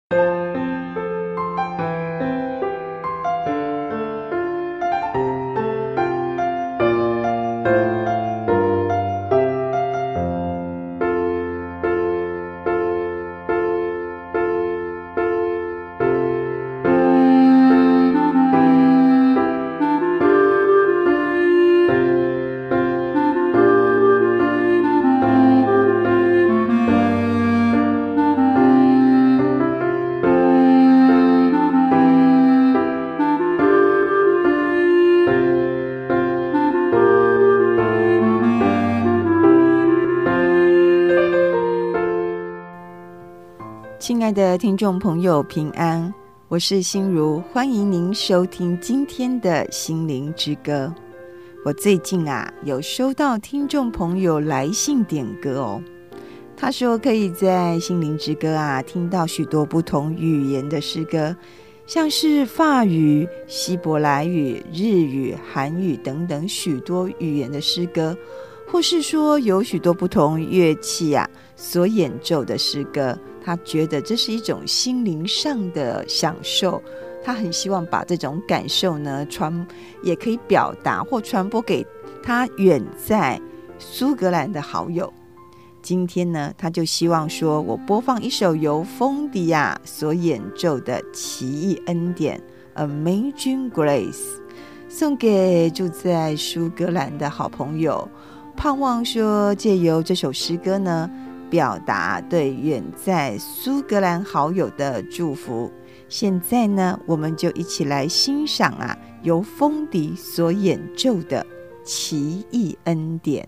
亲爱的听众朋友平安，我是心如，欢迎您收听今天的心灵之歌。我最近有收到听众朋友来信点歌哦，他说可以在心灵之歌听到许多不同语言的诗歌，像是法语、希伯来语、日语、韩语等等许多语言的诗歌，或是说有许多不同乐器所演奏的诗歌，他觉得这是一种心灵上的享受，他很希望把这种感受呢也可以表达或传播给他远在苏格兰的好友。今天呢，他就希望说我播放一首由风迪亚所演奏的奇异恩典 Amazing Grace， 送给住在苏格兰的好朋友，盼望说借由这首诗歌呢，表达对远在苏格兰好友的祝福。现在呢，我们就一起来欣赏由风迪所演奏的奇异恩典。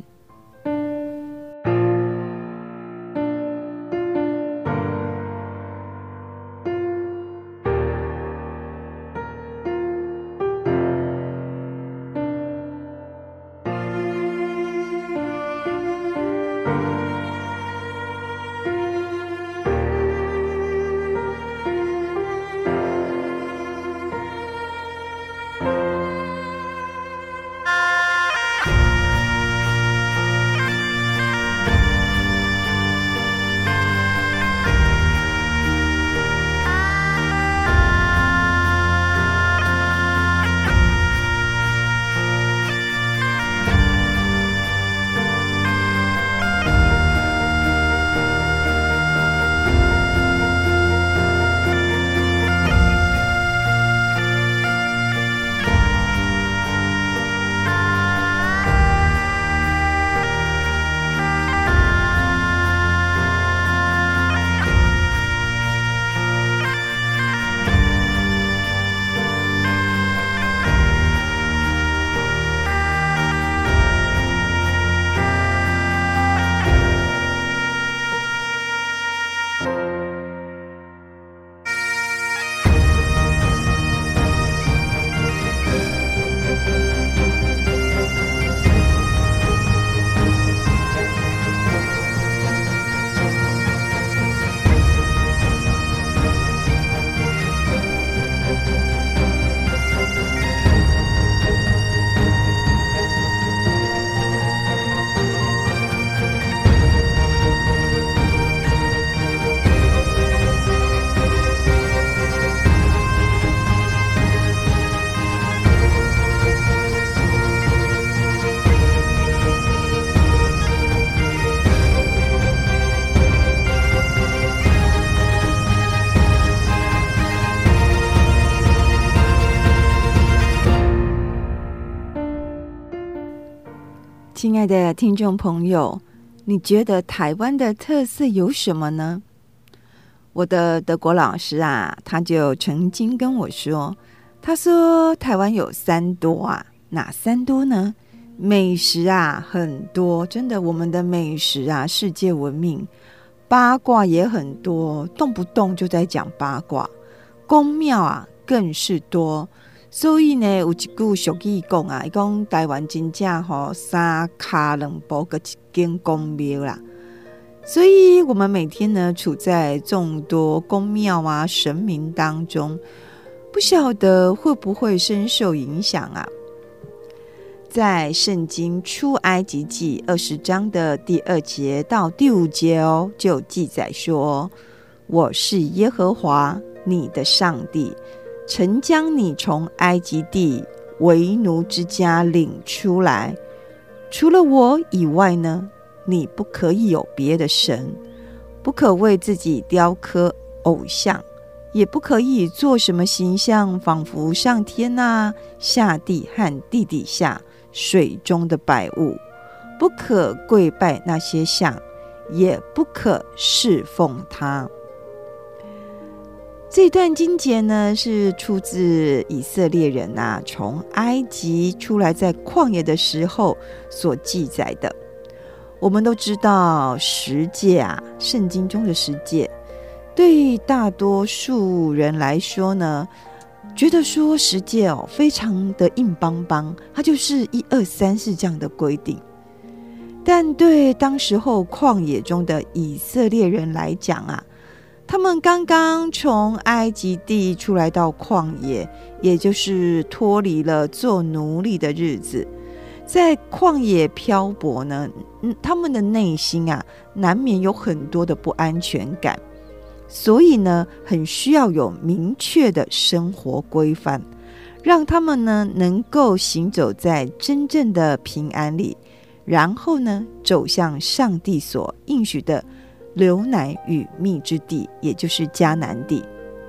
亲爱的听众朋友，你觉得台湾的特色有什么呢？我的德国老师他就曾经跟我说，他说台湾有3多哪3多呢？美食很多，真的，我们的美食世界闻名，八卦也很多，动不动就在讲八卦，宫庙更是多。所以呢，有一句俗语讲他讲台湾真正3脚2步各一间宫庙啦。所以我们每天呢处在众多宫庙神明当中，不晓得会不会深受影响在圣经出埃及记20章的第2节到第5节就记载说， 我是耶和华你的上帝，曾将你从埃及地为奴之家领出来。除了我以外呢，你不可以有别的神，不可为自己雕刻偶像，也不可以做什么形象，仿佛上天啊、下地和地底下水中的百物，不可跪拜那些像，也不可侍奉他。这段经节呢，是出自以色列人从埃及出来在旷野的时候所记载的。我们都知道十诫圣经中的十诫，对大多数人来说呢，觉得说十诫非常的硬邦邦，它就是1、2、3、4这样的规定。但对当时候旷野中的以色列人来讲他们刚刚从埃及地出来到旷野，也就是脱离了做奴隶的日子，在旷野漂泊呢，他们的内心难免有很多的不安全感，所以呢，很需要有明确的生活规范，让他们呢能够行走在真正的平安里，然后呢走向上帝所应许的流奶与蜜之地，也就是迦南地。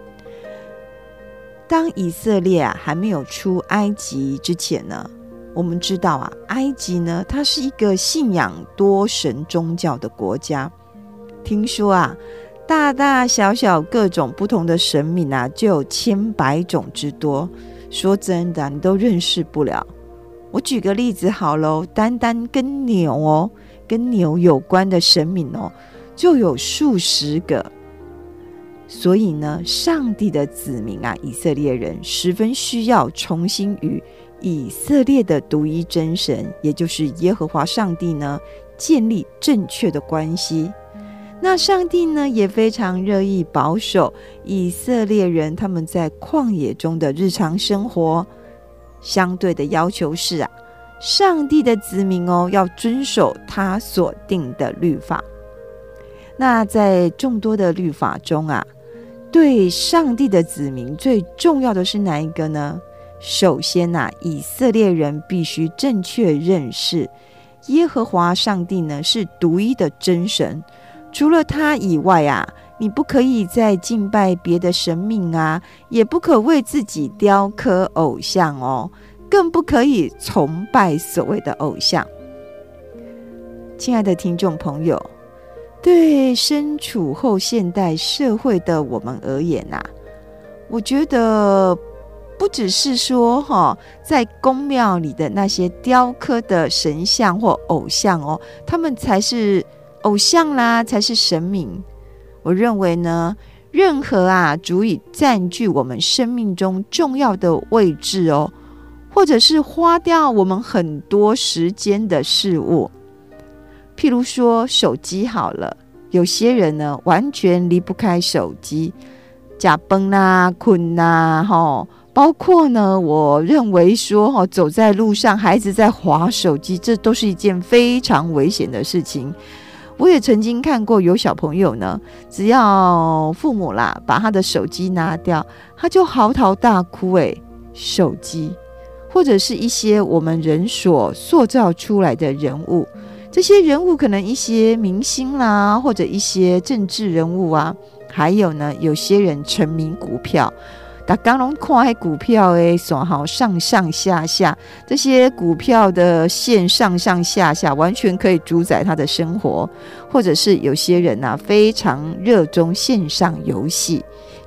当以色列还没有出埃及之前呢，我们知道埃及呢，它是一个信仰多神宗教的国家。听说大大小小各种不同的神明就有千百种之多，说真的你都认识不了。我举个例子好了，单单跟牛有关的神明就有数十个。所以呢，上帝的子民以色列人十分需要重新与以色列的独一真神，也就是耶和华上帝呢，建立正确的关系。那上帝呢，也非常乐意保守以色列人他们在旷野中的日常生活。相对的要求是上帝的子民要遵守他所定的律法。那在众多的律法中对上帝的子民最重要的是哪一个呢？首先以色列人必须正确认识耶和华上帝呢是独一的真神，除了他以外你不可以再敬拜别的神明也不可为自己雕刻偶像更不可以崇拜所谓的偶像。亲爱的听众朋友，对身处后现代社会的我们而言我觉得不只是说在宫庙里的那些雕刻的神像或偶像他们才是偶像啦，才是神明。我认为呢，任何足以占据我们生命中重要的位置或者是花掉我们很多时间的事物，譬如说手机好了，有些人呢完全离不开手机，吃饭困包括呢，我认为说走在路上孩子在滑手机，这都是一件非常危险的事情。我也曾经看过有小朋友呢，只要父母把他的手机拿掉，他就嚎啕大哭手机或者是一些我们人所塑造出来的人物，这些人物可能一些明星啦，或者一些政治人物还有呢，有些人沉迷股票，大家都看那股票上上下下，这些股票的线上上下下完全可以主宰他的生活。或者是有些人非常热衷线上游戏，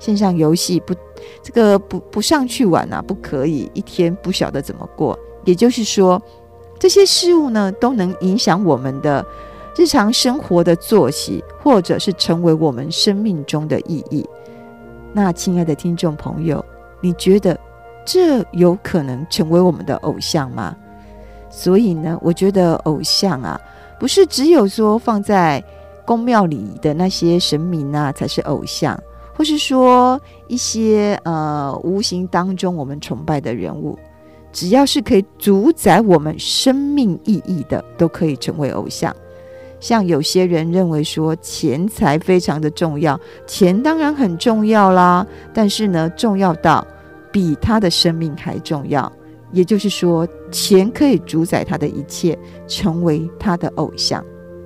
不上去玩不可以，一天不晓得怎么过。也就是说，这些事物呢都能影响我们的日常生活的作息，或者是成为我们生命中的意义。那亲爱的听众朋友，你觉得这有可能成为我们的偶像吗？所以呢，我觉得偶像不是只有说放在宫庙里的那些神明才是偶像，或是说一些无形当中我们崇拜的人物，只要是可以主宰我们生命意义的，都可以成为偶像。 像有些人认为说钱财非常的重要，钱当然很重要啦，但是呢，重要到比他的生命还重要。也就是说，钱可以主宰他的一切，成为他的偶像。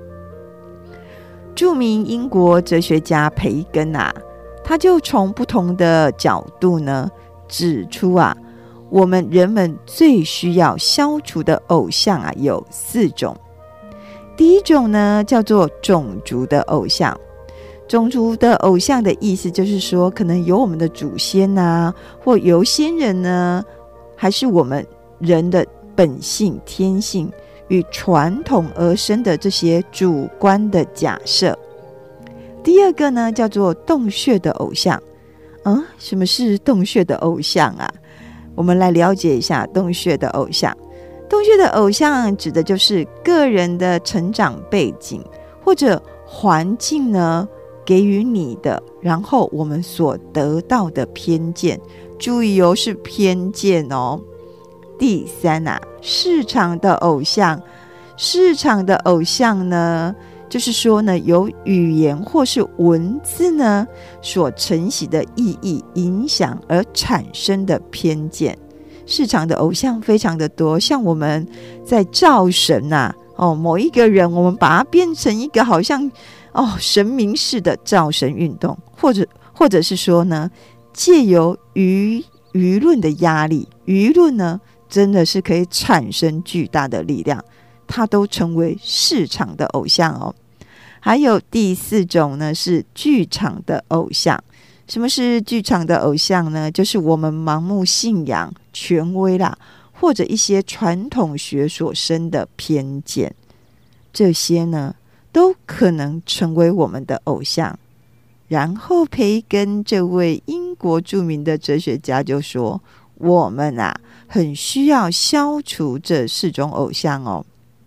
著名英国哲学家培根他就从不同的角度呢，指出我们人们最需要消除的偶像有4种。第一种呢，叫做种族的偶像。种族的偶像的意思就是说，可能有我们的祖先或有先人呢，还是我们人的本性天性与传统而生的这些主观的假设。第二个呢，叫做洞穴的偶像。什么是洞穴的偶像我们来了解一下洞穴的偶像。洞穴的偶像指的就是个人的成长背景或者环境呢给予你的，然后我们所得到的偏见。注意是偏见第三市场的偶像。市场的偶像呢，就是说呢，由语言或是文字呢所承袭的意义影响而产生的偏见。市场的偶像非常的多，像我们在造神某一个人，我们把它变成一个好像神明式的造神运动，或者是说呢，借由舆论的压力，舆论呢真的是可以产生巨大的力量，它都成为市场的偶像还有第4种呢，是剧场的偶像。什么是剧场的偶像呢？就是我们盲目信仰权威或者一些传统学所生的偏见，这些呢都可能成为我们的偶像。然后培根这位英国著名的哲学家就说，我们很需要消除这4种偶像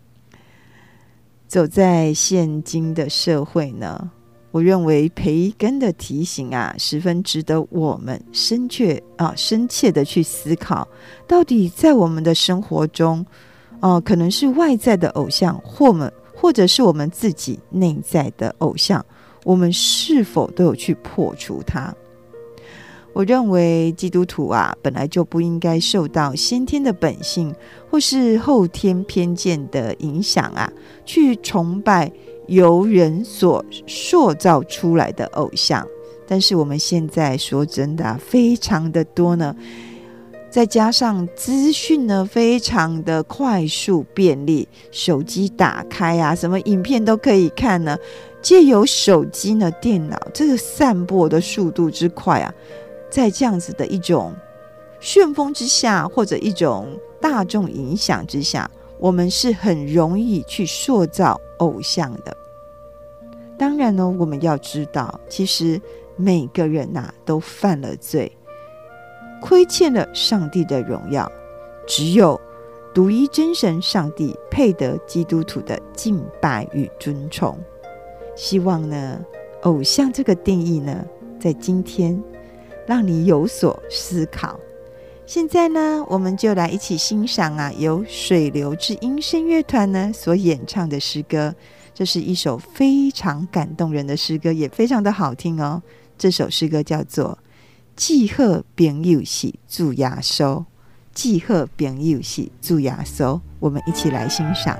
走在现今的社会呢，我认为培根的提醒十分值得我们深切的去思考，到底在我们的生活中可能是外在的偶像，或者是我们自己内在的偶像，我们是否都有去破除它。我认为基督徒本来就不应该受到先天的本性或是后天偏见的影响去崇拜由人所塑造出来的偶像。但是我们现在说真的非常的多呢，再加上资讯呢非常的快速便利，手机打开什么影片都可以看呢，借由手机呢电脑这个散播的速度之快在这样子的一种旋风之下，或者一种大众影响之下，我们是很容易去塑造偶像的。当然呢，我们要知道，其实每个人都犯了罪，亏欠了上帝的荣耀，只有独一真神上帝配得基督徒的敬拜与尊崇。希望呢，偶像这个定义呢，在今天让你有所思考。现在呢，我们就来一起欣赏由水流之音声乐团呢所演唱的诗歌。这是一首非常感动人的诗歌，也非常的好听这首诗歌叫做记好朋友是主耶稣，记好朋友是主耶稣。我们一起来欣赏。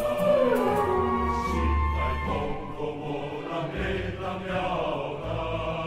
心内痛苦无人会当了解。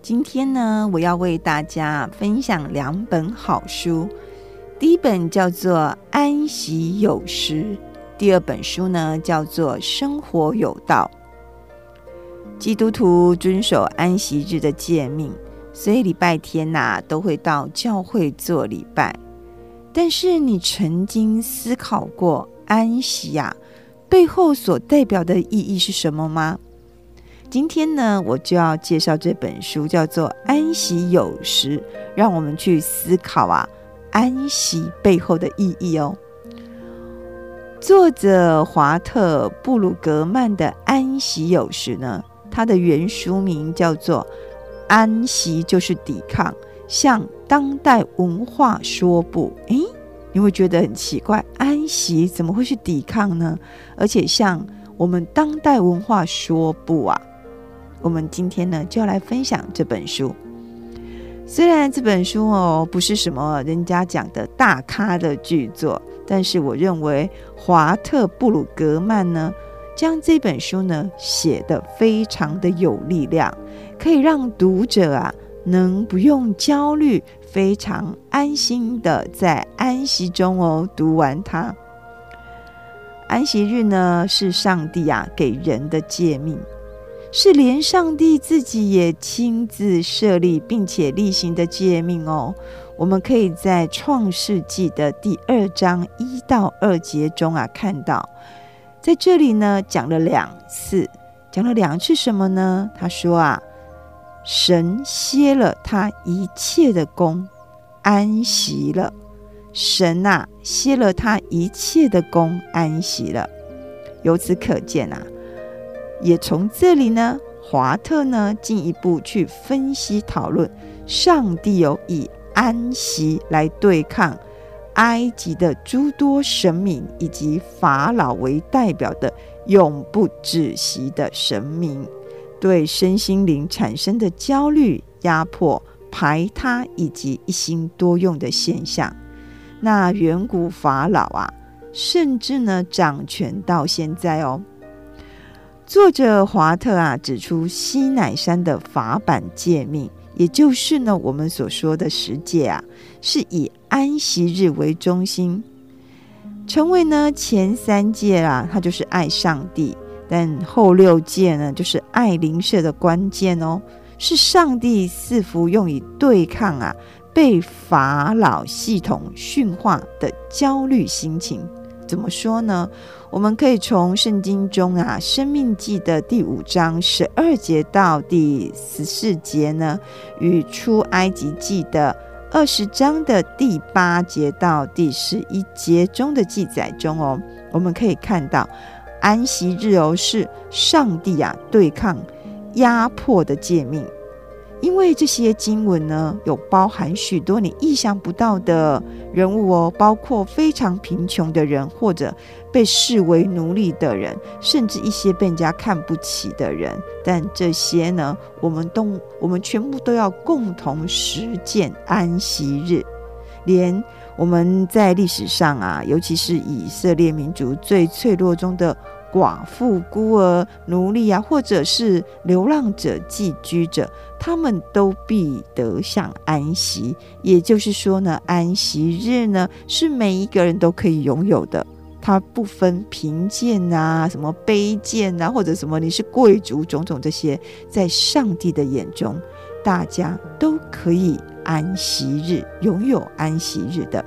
今天呢，我要为大家分享2本好书。第一本叫做《安息有时》，第2本书呢叫做《生活有道》。基督徒遵守安息日的诫命，所以礼拜天都会到教会做礼拜。但是你曾经思考过安息背后所代表的意义是什么吗？今天呢，我就要介绍这本书，叫做《安息有时》，让我们去思考安息背后的意义哦。作者华特·布鲁格曼的《安息有时》呢，它的原书名叫做《安息就是抵抗，向当代文化说不》。你会觉得很奇怪，安息怎么会是抵抗呢？而且向我们当代文化说不我们今天呢，就要来分享这本书。虽然这本书不是什么人家讲的大咖的巨作，但是我认为华特·布鲁格曼呢，将这本书呢写得非常的有力量，可以让读者能不用焦虑，非常安心的在安息中读完它。安息日呢，是上帝给人的诫命，是连上帝自己也亲自设立并且例行的诫命我们可以在创世纪的第2章1到2节中看到，在这里呢讲了2次什么呢？他说神歇了他一切的工，安息了。神歇了他一切的工，安息了。由此可见也从这里呢，华特呢进一步去分析讨论，上帝以安息来对抗埃及的诸多神明以及法老为代表的永不止息的神明对身心灵产生的焦虑、压迫、排他以及一心多用的现象。那远古法老甚至呢掌权到现在作者华特指出，西乃山的法版诫命，也就是呢我们所说的10诫是以安息日为中心，成为呢前3诫它就是爱上帝，但后6诫呢就是爱邻舍的关键是上帝似乎用以对抗被法老系统驯化的焦虑心情。怎么说呢？我们可以从圣经中申命记的第5章12节到第14节呢，与出埃及记的20章的第8节到第11节中的记载中我们可以看到安息日是上帝对抗压迫的诫命。因为这些经文呢，有包含许多你意想不到的人物包括非常贫穷的人，或者被视为奴隶的人，甚至一些被人家看不起的人。但这些呢，我们全部都要共同实践安息日。连我们在历史上尤其是以色列民族最脆弱中的寡妇、孤儿、奴隶或者是流浪者、寄居者，他们都必得享安息。也就是说呢，安息日呢是每一个人都可以拥有的，它不分贫贱什么卑贱或者什么你是贵族，种种这些，在上帝的眼中，大家都可以安息日，拥有安息日的。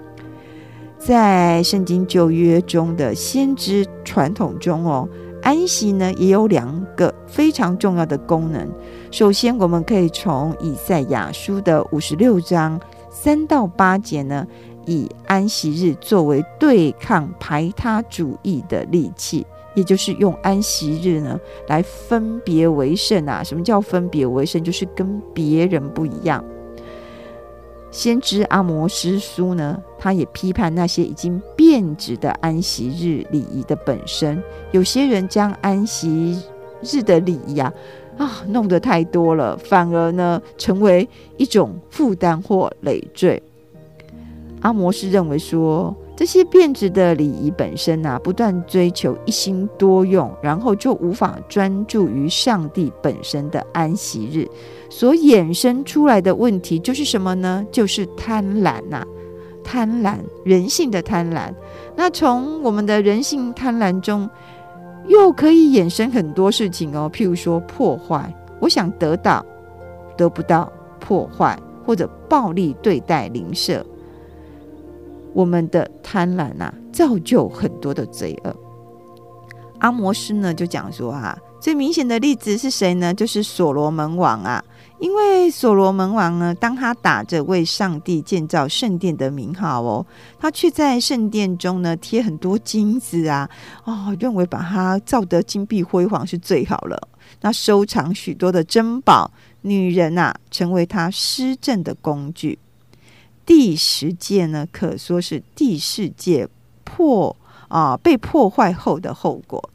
在圣经旧约中的先知传统中安息呢也有2个非常重要的功能。首先，我们可以从以赛亚书的56章3到8节呢，以安息日作为对抗排他主义的利器，也就是用安息日呢来分别为圣什么叫分别为圣？就是跟别人不一样。先知阿摩司书呢，他也批判那些已经变质的安息日礼仪的本身。有些人将安息日的礼仪弄得太多了，反而呢成为一种负担或累赘。阿摩司认为说， 这些变质的礼仪本身啊，不断追求一心多用，然后就无法专注于上帝本身的安息日，所衍生出来的问题就是什么呢？就是贪婪啊，贪婪，人性的贪婪。那从我们的人性贪婪中，又可以衍生很多事情哦，譬如说破坏，我想得到，得不到，破坏，或者暴力对待邻舍。我们的贪婪啊，造就很多的罪恶。阿摩斯呢就讲说啊，最明显的例子是谁呢？就是所罗门王啊。因为所罗门王呢，当他打着为上帝建造圣殿的名号哦，他却在圣殿中呢贴很多金子啊，认为把它造得金碧辉煌是最好了。那收藏许多的珍宝，女人啊成为他施政的工具。第10诫呢，可说是第4诫被破坏后的后果。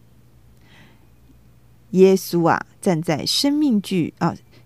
耶稣啊，站在生命记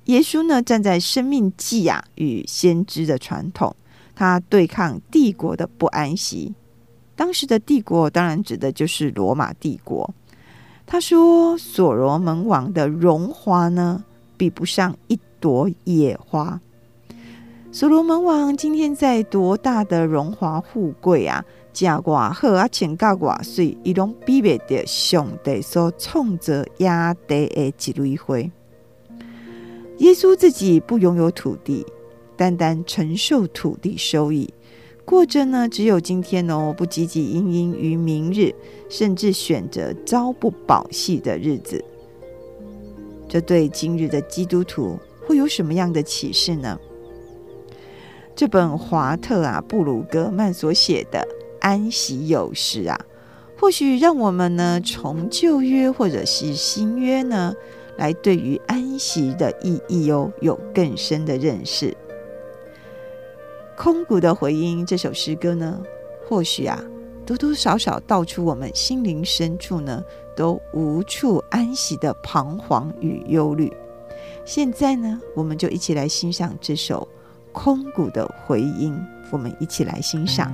啊与先知的传统，他对抗帝国的不安息。当时的帝国当然指的就是罗马帝国。他说，所罗门王的荣华呢，比不上一朵野花。所罗门王今天在多大的荣华富贵啊，吃多好啊，穿到多水，他都比不得上帝所创造野地的一蕊花。耶稣自己不拥有土地，单单承受土地收益，过着呢只有今天哦，不汲汲营营于明日，甚至选择朝不保夕的日子。这对今日的基督徒会有什么样的启示呢？这本华特啊布鲁格曼所写的安息有时啊，或许让我们呢从旧约或者是新约呢，来对于安息的意义哦有更深的认识。空谷的回音这首诗歌呢，或许啊多多少少道出我们心灵深处呢都无处安息的彷徨与忧虑。现在呢，我们就一起来欣赏这首空谷的回音，我们一起来欣赏。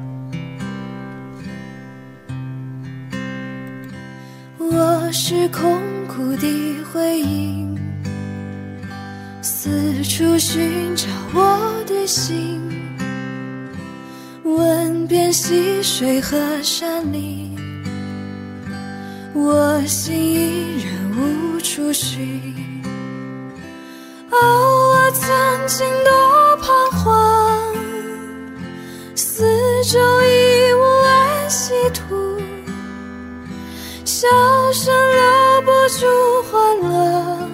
我是空谷的回音，四处寻找我的心，问遍溪水和山林，我心依然无处寻。我曾经多彷徨，四周已无安息土，笑声留不住欢乐，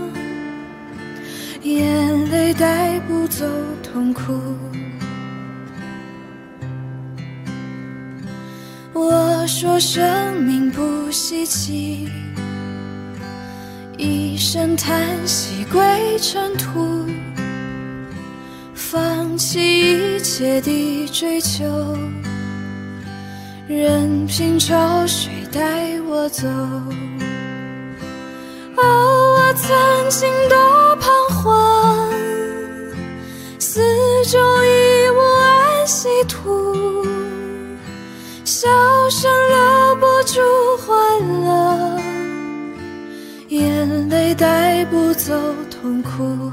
眼泪带不走痛苦。我说生命不稀奇，一声叹息归尘土，放弃一切的追求，任凭潮水带我走。我曾经多彷徨，四周已无安息土，笑声留不住欢乐，眼泪带不走痛苦。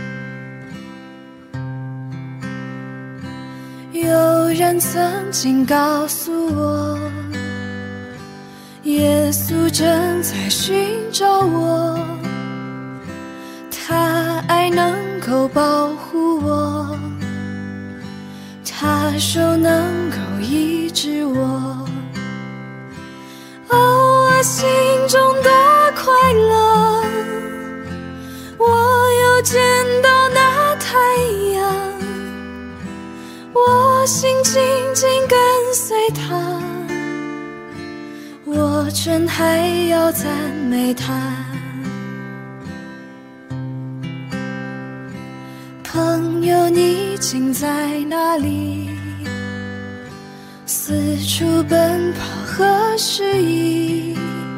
有人曾经告诉我，耶稣正在寻找我，他爱能够保护我，他手能够医治我。我心中多快乐，我又见到那太阳，我心紧紧跟随他，我真还要赞美他。朋友，你竟在哪里？四处奔跑和失意，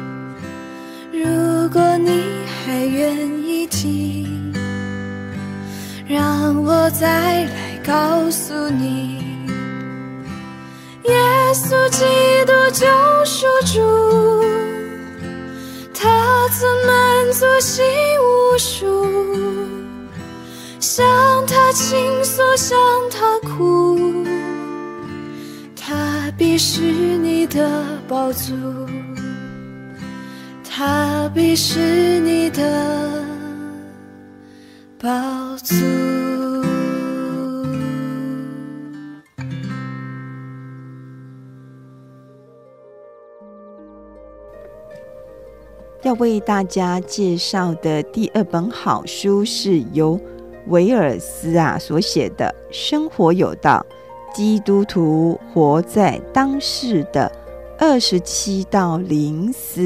如果你还愿意听，让我再来告诉你， 耶稣基督救赎主，他曾满足心无数，向他倾诉，向他哭，他必是你的宝足，他必是你的宝足。 要为大家介绍的第二本好书是由维尔斯所写的《生活有道：基督徒活在当世的27道灵思》。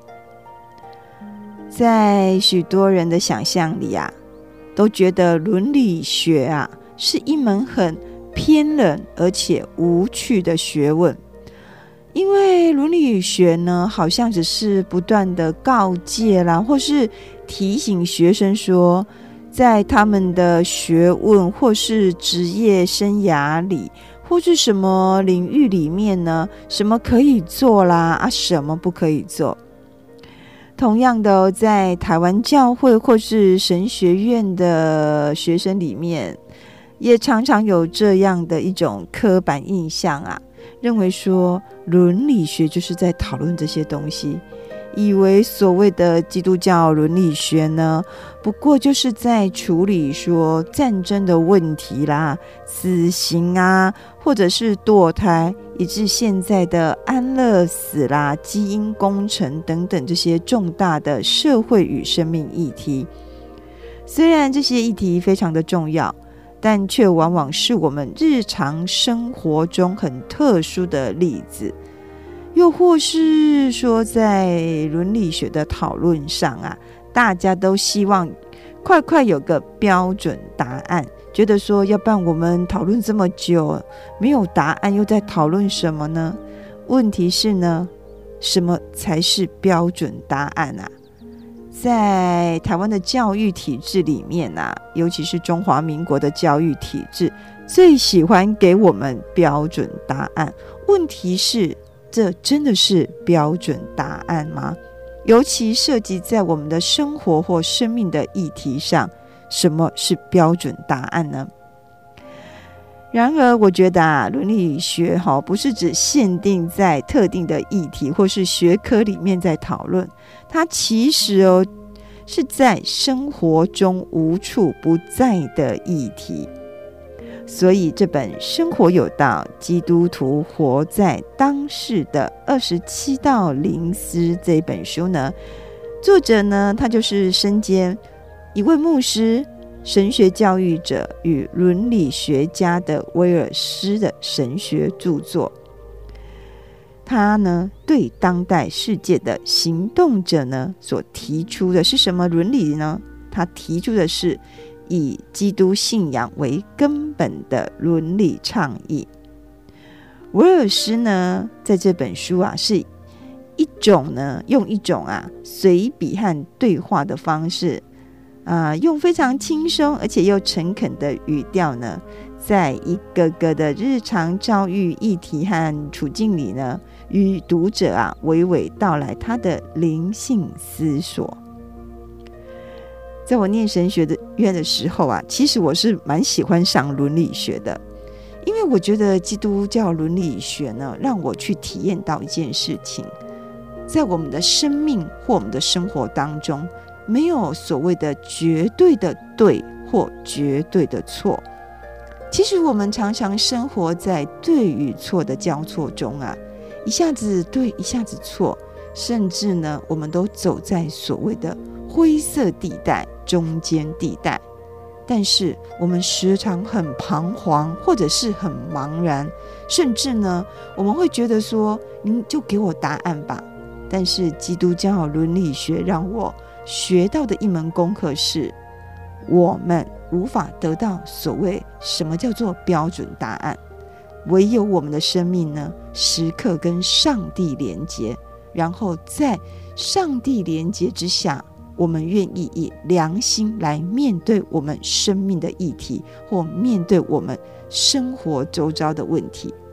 在许多人的想象里都觉得伦理学是一门很偏冷而且无趣的学问。因为伦理学呢，好像只是不断的告诫啦，或是提醒学生说，在他们的学问或是职业生涯里，或是什么领域里面呢，什么可以做啦，什么不可以做。同样的，在台湾教会或是神学院的学生里面，也常常有这样的一种刻板印象认为说伦理学就是在讨论这些东西，以为所谓的基督教伦理学呢，不过就是在处理说战争的问题啦、死刑或者是堕胎，以至现在的安乐死啦、基因工程等等这些重大的社会与生命议题。虽然这些议题非常的重要，但却往往是我们日常生活中很特殊的例子，又或是说在伦理学的讨论上大家都希望快快有个标准答案，觉得说要不然我们讨论这么久没有答案，又在讨论什么呢？问题是呢，什么才是标准答案在台湾的教育体制里面尤其是中华民国的教育体制，最喜欢给我们标准答案。问题是，这真的是标准答案吗？尤其涉及在我们的生活或生命的议题上，什么是标准答案呢？然而我觉得伦理学不是只限定在特定的议题或是学科里面在讨论，它其实是在生活中无处不在的议题。所以这本《生活有道：基督徒活在当世的27道灵思》这本书呢，作者呢，他就是身兼一位牧师、神学教育者与伦理学家的威尔斯的神学著作。他呢，对当代世界的行动者呢，所提出的是什么伦理呢？他提出的是以基督信仰为根本的伦理倡议。威尔斯呢，在这本书是用一种随笔和对话的方式用非常轻松而且又诚恳的语调呢，在一个个的日常教育议题和处境里呢，与读者娓娓道来他的灵性思索。在我念神学院的时候其实我是蛮喜欢上伦理学的，因为我觉得基督教伦理学呢，让我去体验到一件事情，在我们的生命或我们的生活当中，没有所谓的绝对的对或绝对的错。其实我们常常生活在对与错的交错中一下子对一下子错，甚至呢，我们都走在所谓的灰色地带、中间地带。但是我们时常很彷徨，或者是很茫然，甚至呢，我们会觉得说，您就给我答案吧。但是基督教伦理学让我学到的一门功课是，我们无法得到所谓什么叫做标准答案，唯有我们的生命呢，时刻跟上帝连结，然后在上帝连结之下，我们愿意以良心来面对我们生命的议题，或面对我们生活周遭的问题。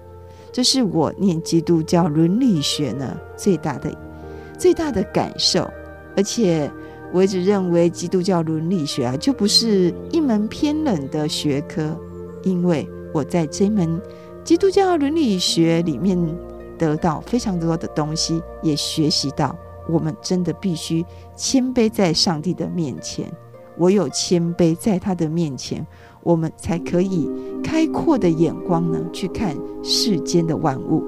这是我念基督教伦理学呢最大的感受。而且我一直认为基督教伦理学啊，就不是一门偏冷的学科，因为我在这门基督教伦理学里面得到非常多的东西，也学习到我们真的必须谦卑在上帝的面前，唯有谦卑在他的面前，我们才可以开阔的眼光呢去看世间的万物。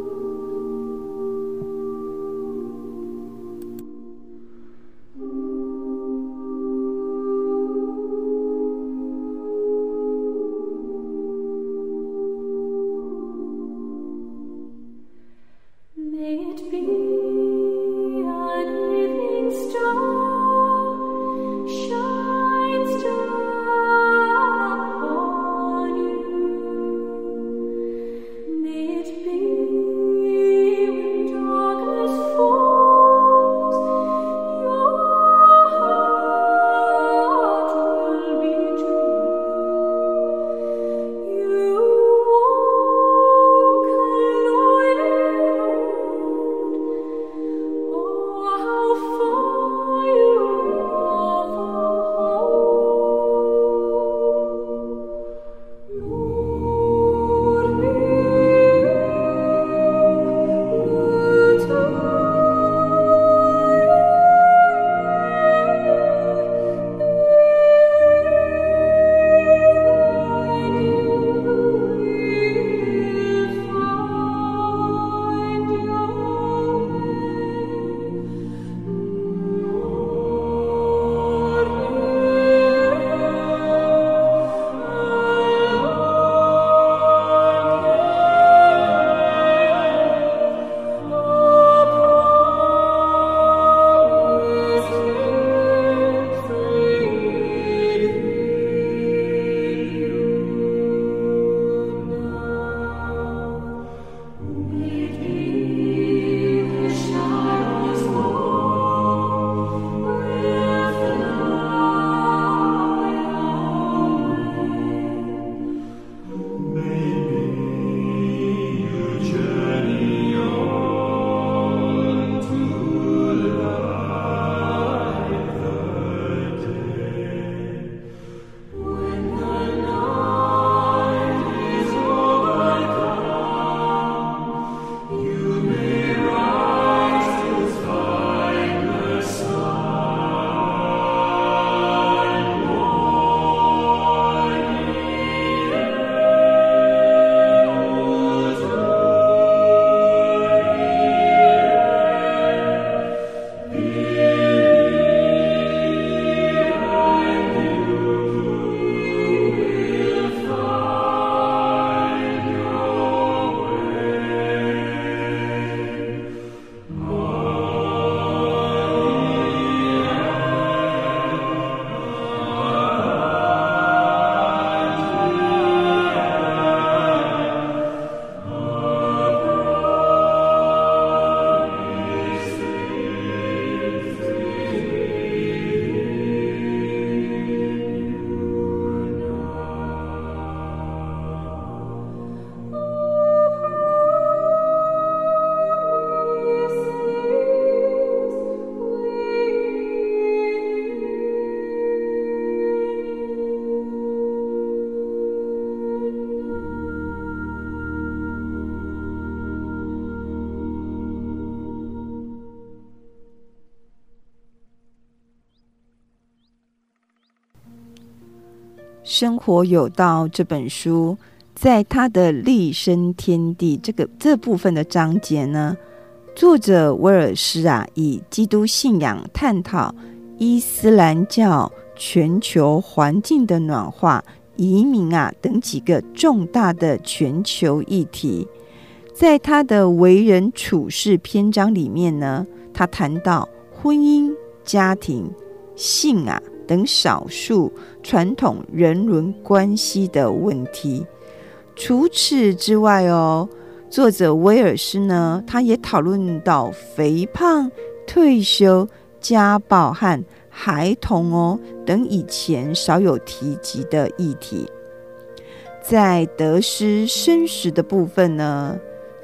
生活有道这本书在他的立身天地这部分的章节呢，作者威尔斯以基督信仰探讨伊斯兰教、全球环境的暖化、移民等几个重大的全球议题。在他的为人处事篇章里面呢，他谈到婚姻、家庭、性等少数传统人伦关系的问题。除此之外作者威尔斯呢，他也讨论到肥胖、退休、家暴和孩童等以前少有提及的议题。在得失生死的部分呢，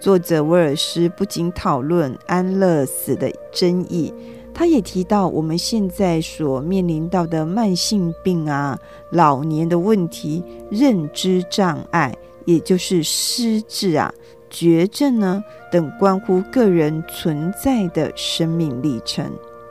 作者威尔斯不仅讨论安乐死的争议，他也提到我们现在所面临到的慢性病啊、老年的问题、认知障碍，也就是失智啊、绝症呢等关乎个人存在的生命历程。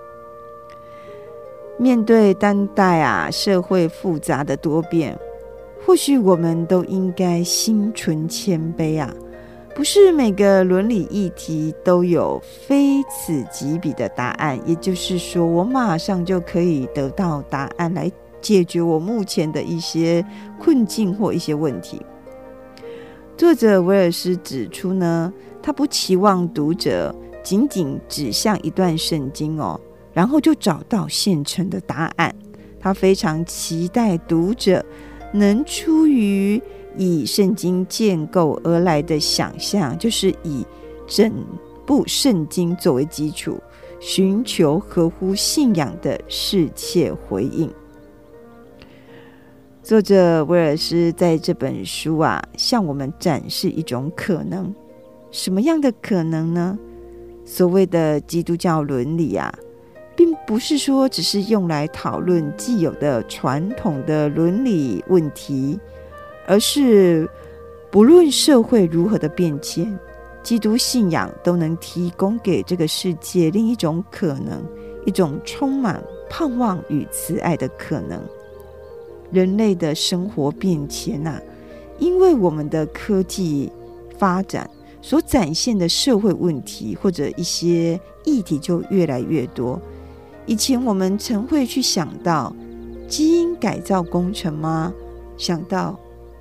面对当代啊社会复杂的多变，或许我们都应该心存谦卑啊，不是每个伦理议题都有非此即彼的答案，也就是说我马上就可以得到答案来解决我目前的一些困境或一些问题。作者威尔斯指出呢，他不期望读者仅仅指向一段圣经然后就找到现成的答案。他非常期待读者能出于以圣经建构而来的想象，就是以整部圣经作为基础，寻求合乎信仰的适切回应。作者威尔斯在这本书向我们展示一种可能。什么样的可能呢？所谓的基督教伦理并不是说只是用来讨论既有的传统的伦理问题，而是不论社会如何的变迁，基督信仰都能提供给这个世界另一种可能，一种充满盼望与慈爱的可能。人类的生活变迁因为我们的科技发展所展现的社会问题或者一些议题就越来越多。以前我们曾会去想到基因改造工程吗？想到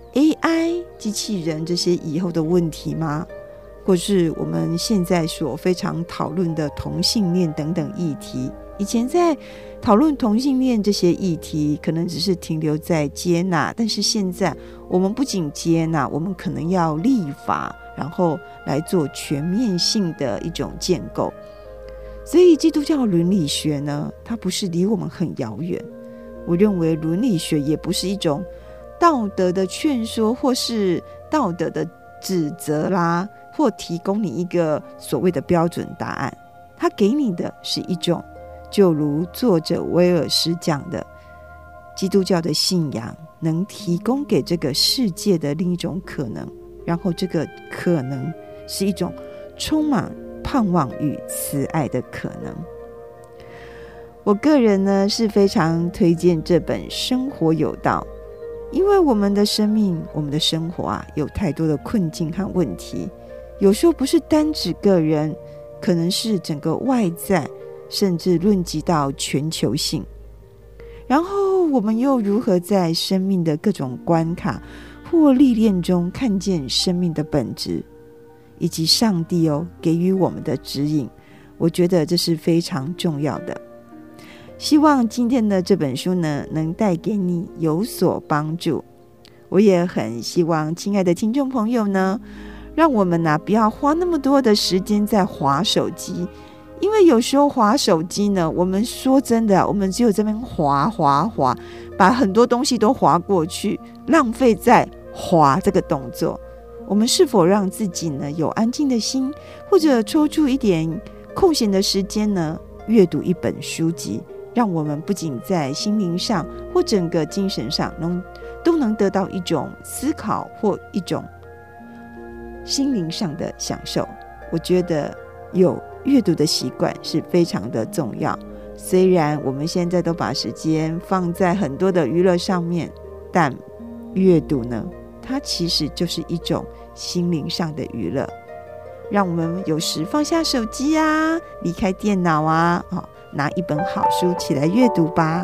AI 机器人这些以后的问题吗？或是我们现在所非常讨论的同性恋等等议题。以前在讨论同性恋这些议题可能只是停留在接纳，但是现在我们不仅接纳，我们可能要立法，然后来做全面性的一种建构。所以基督教伦理学呢，它不是离我们很遥远。我认为伦理学也不是一种道德的劝说或是道德的指责啦，或提供你一个所谓的标准答案。它给你的是一种，就如作者威尔斯讲的，基督教的信仰能提供给这个世界的另一种可能，然后这个可能是一种充满盼望与慈爱的可能。我个人呢是非常推荐这本《生活有道》，因为我们的生命，我们的生活有太多的困境和问题，有时候不是单指个人，可能是整个外在，甚至论及到全球性。然后我们又如何在生命的各种关卡或历练中看见生命的本质，以及上帝给予我们的指引？我觉得这是非常重要的。希望今天的这本书呢，能带给你有所帮助。我也很希望亲爱的听众朋友呢，让我们不要花那么多的时间在滑手机，因为有时候滑手机呢，我们说真的，我们只有这边滑，把很多东西都滑过去，浪费在滑这个动作。我们是否让自己呢有安静的心，或者抽出一点空闲的时间呢，阅读一本书籍，让我们不仅在心灵上或整个精神上都能得到一种思考或一种心灵上的享受。我觉得有阅读的习惯是非常的重要。虽然我们现在都把时间放在很多的娱乐上面，但阅读呢，它其实就是一种心灵上的娱乐。让我们有时放下手机离开电脑拿一本好书起来阅读吧。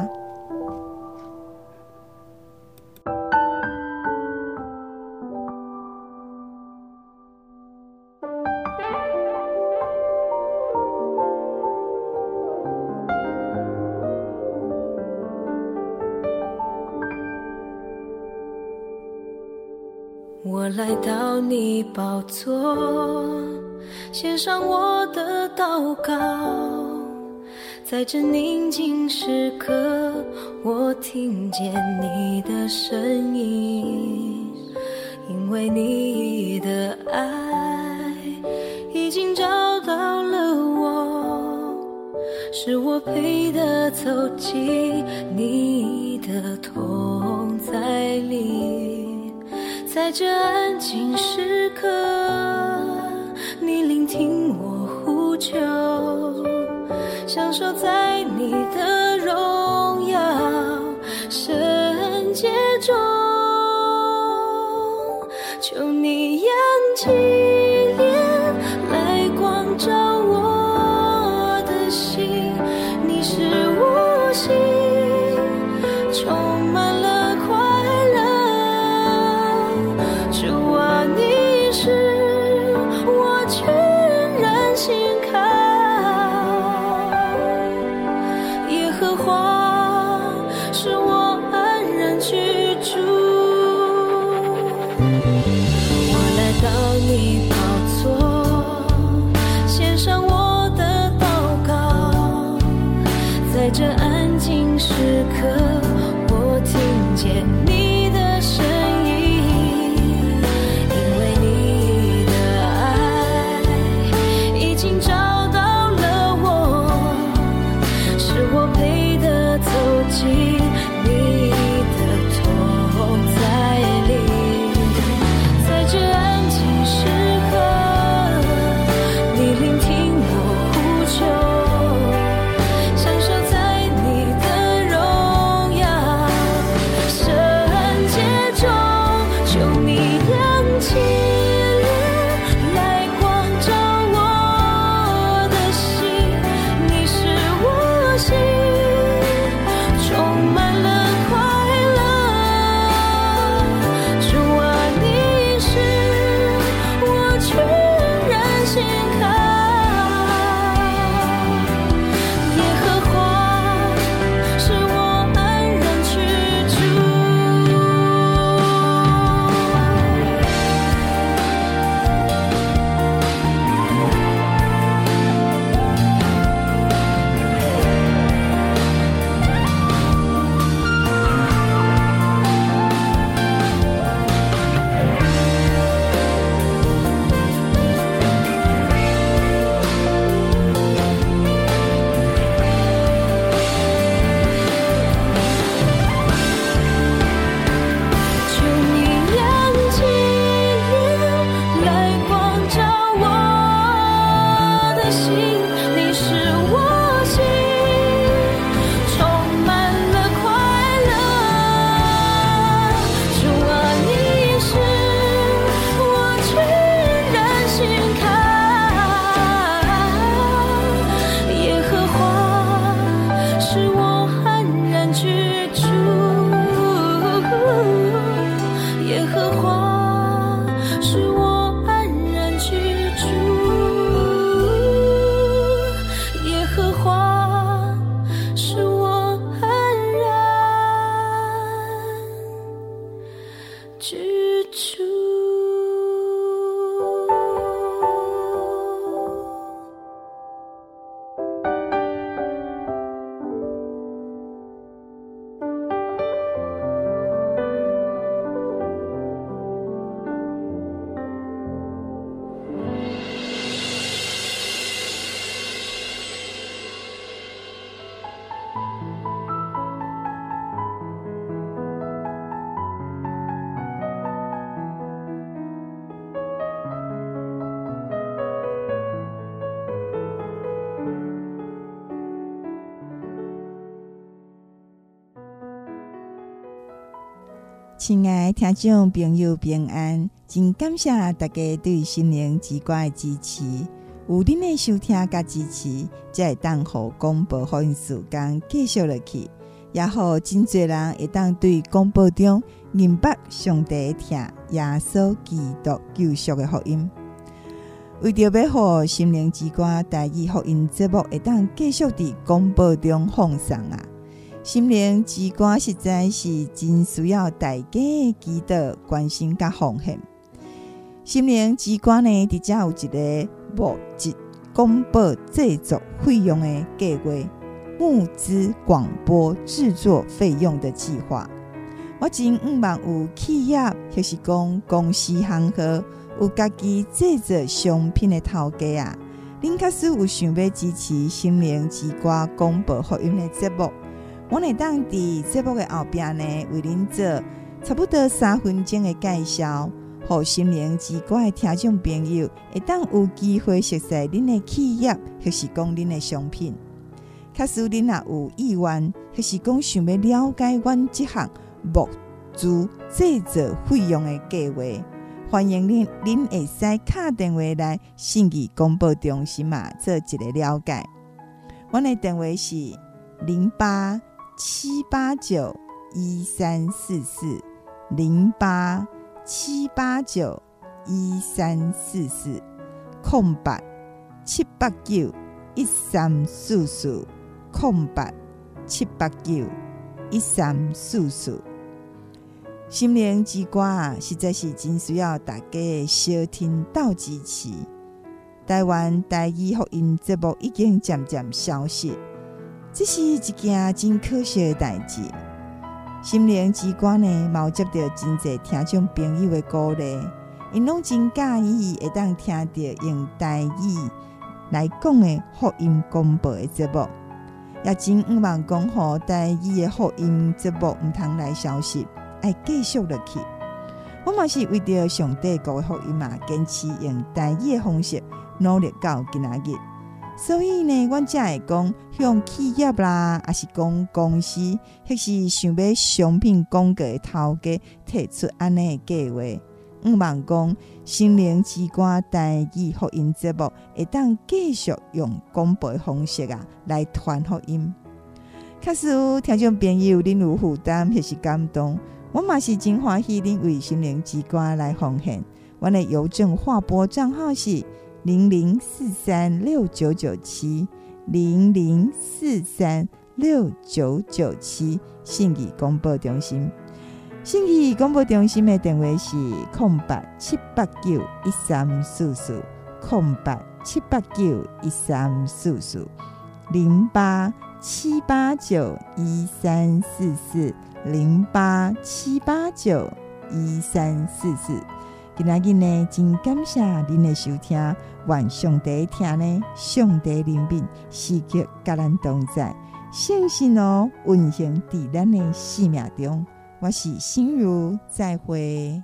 我来到你宝座，献上我的祷告，在这宁静时刻，我听见你的声音，因为你的爱是我陪他走进你的同在里，在这安静时刻，你聆听我呼求，享受在你的荣耀圣洁中，求你扬起脸来光照我的心，你是我心充满了快乐，主啊，你是我全然心靠，耶和华是我安然居住。我来到你宝座，献上我的祷告，在这安静时刻，我听见你的声音，因为你的爱已经找到了我，是我陪的走进你的同在里，在这安静时刻，你聆听我呼求，享受在你的荣耀圣洁中，求你扬起脸来光照我的心，你是我心充满了快乐，主啊，你是我全然心靠，耶和华是我安然居住。求你扬起脸来光照我的心，你是我心充满了快乐，主啊，你是我全然心靠，耶和华是我安然居住，耶和华是我安然居住，耶和华是我安然居住。 亲爱的听众朋友平安，真感谢大家对心灵之歌的支持，有恁的收听甲支持，才会当互广播福音时间继续落去，也互真侪人会当对广播中明白上帝听耶稣基督救赎的福音。为着要互心灵之歌台语福音节目会当继续伫广播中放送啊，心灵之歌实在是真需要大家的祈祷、关心甲奉献。心灵之歌呢，直接有一个募集广播制作费用的计划，募资广播制作费用的计划。我真希望有企业或是讲公司行号有家己制作商品的头家啊， 恁假使有想要支持心灵之歌广播福音的节目，我会当伫节目的后边呢，为恁做差不多3分钟的介绍，互心灵之歌的听众朋友会当有机会熟悉恁的企业，或是讲恁的商品。假使恁若有意愿，或是讲想要了解阮这项募资制作费用的计划，欢迎恁会使打电话来信义广播中心嘛，做一个了解。阮的电话是08-789-1344 08-789-1344 08-789-1344 08-789-1344。心灵之歌实在是真需要大家的小听斗支持。台湾台语福音节目已经渐渐消失，这是一件真可惜的代志。心灵之歌呢，嘛有接到真侪听众朋友的鼓励，因拢真介意会当听到用台语来讲的福音广播的节目，也真毋望讲吼台语的福音节目毋通来消失，爱继续落去。我嘛是为着上帝国的福音嘛，坚持用台语的方式努力到今仔日。所以呢，阮才会讲向企业啦，还是讲公司，或是想要商品广告的头家提出安尼的计划，毋望讲心灵之歌台语福音节目会当继续用广播的方式来传福音。假使听众朋友恁有负担或是感动，我嘛是真欢喜恁为心灵之歌来奉献。阮的邮政划拨账号是00436997 00436997，信义广播中心。信义广播中心的电话是08-789-1344 08-789-1344 08-789-1344 08-789-1344。今仔日呢，真感谢您的收听，愿上帝听呢，上帝怜悯，时刻甲咱同在，圣神运行伫咱的生命中。我是心如，再会。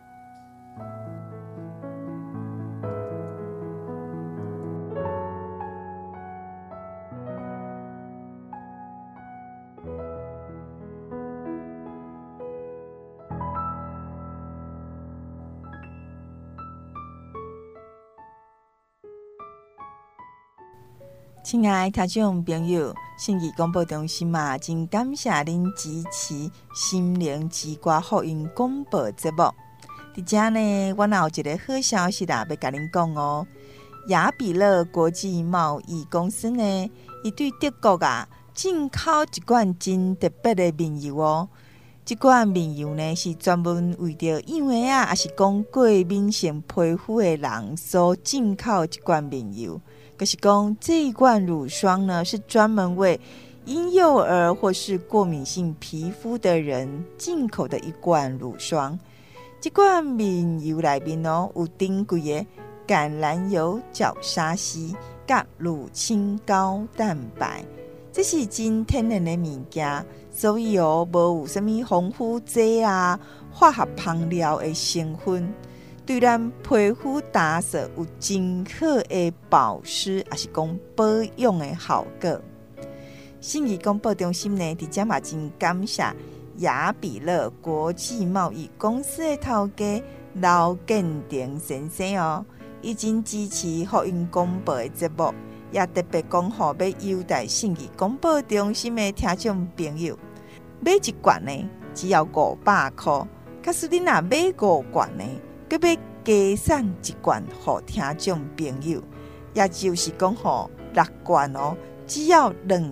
亲爱的听众朋友，信义广播中心嘛，真感谢您支持心灵之歌福音广播节目。伫遮呢，我有一个好消息啦，要甲您讲哦。雅比乐国际贸易公司呢，伊对德国进口一罐真特别的面油哦。这罐面油呢，是专门为着幼儿还是讲过敏性皮肤的人所进口一罐面油。就是讲这一罐乳霜呢，是专门为婴幼儿或是过敏性皮肤的人进口的一罐乳霜。这罐面油里面有珍贵的橄榄油、角鲨烯甲乳清高蛋白，这是真天然的物件，所以无有什么防腐剂化学香料的成分。对咱皮肤打扫有真好的保湿，还是讲保养的效果。信义广播中心呢，伫遮嘛真感谢雅比乐国际贸易公司的头家刘建廷先生哦，已经支持福音广播的节目，也特别讲好要优待信义广播中心的听众朋友，买一罐呢只要500块，假使你若买5罐呢，佮要加送一罐给听众朋友，也就是讲6罐只要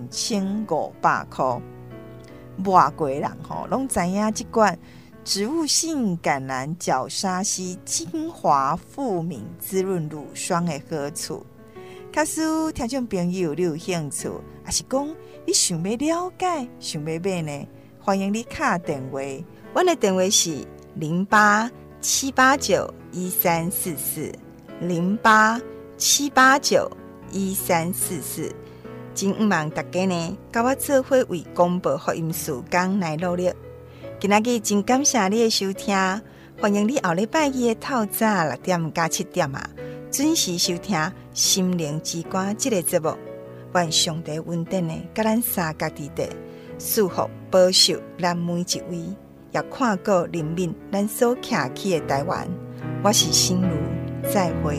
2500块。外国人拢知影这罐植物性橄榄角鲨烯精华富敏滋润乳霜的好处。假使听众朋友你有兴趣，还是讲你想要了解、想要买呢？欢迎你打电话，我的电话是08-789-1344 08-789-1344 1344。真毋望大家呢，甲我做伙为广播福音事工来努力。今仔日真感谢你的收听，欢迎你后礼拜二的透早6點加7點準時收聽心靈之歌這個節目。願上帝恩典的，甲咱三角地帶賜福保守咱每一位，也看顧人民咱所徛起的台灣。我是心如，再會。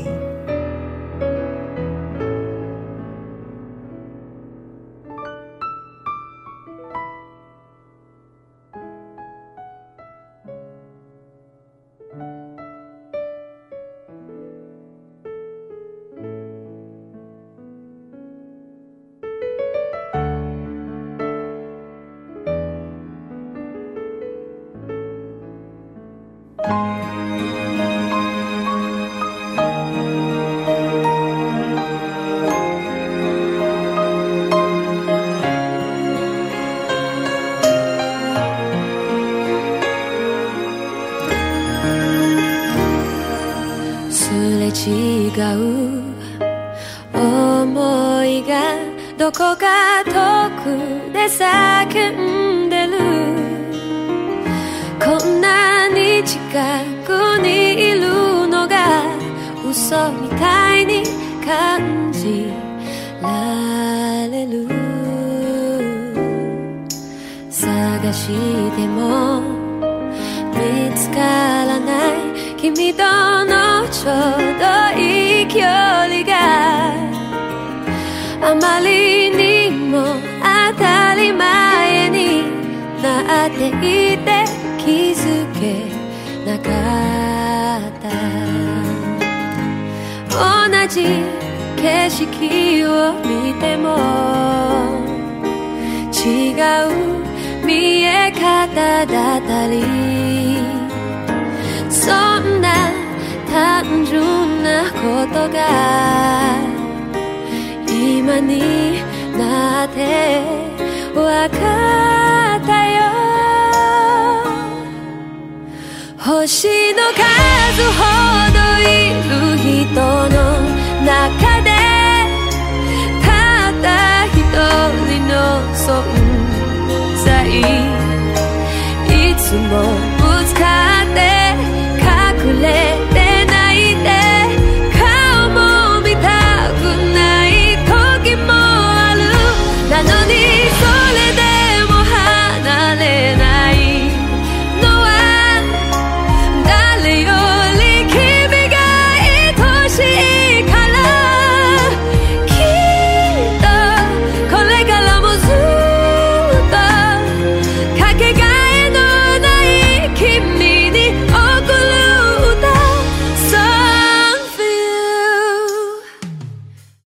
違う想いがどこか遠くで叫んでる。こんなに近くにいるのが嘘みたいに感じられる。探しても見つからない君とのちょうどいい距離があまりにも当たり前になっていて気づけなかった。同じ景色を見ても違う見え方だったり、そんな単純なことが今になってわかったよ。星の数ほどいる人の中でたった一人の存在、いつもぶつかって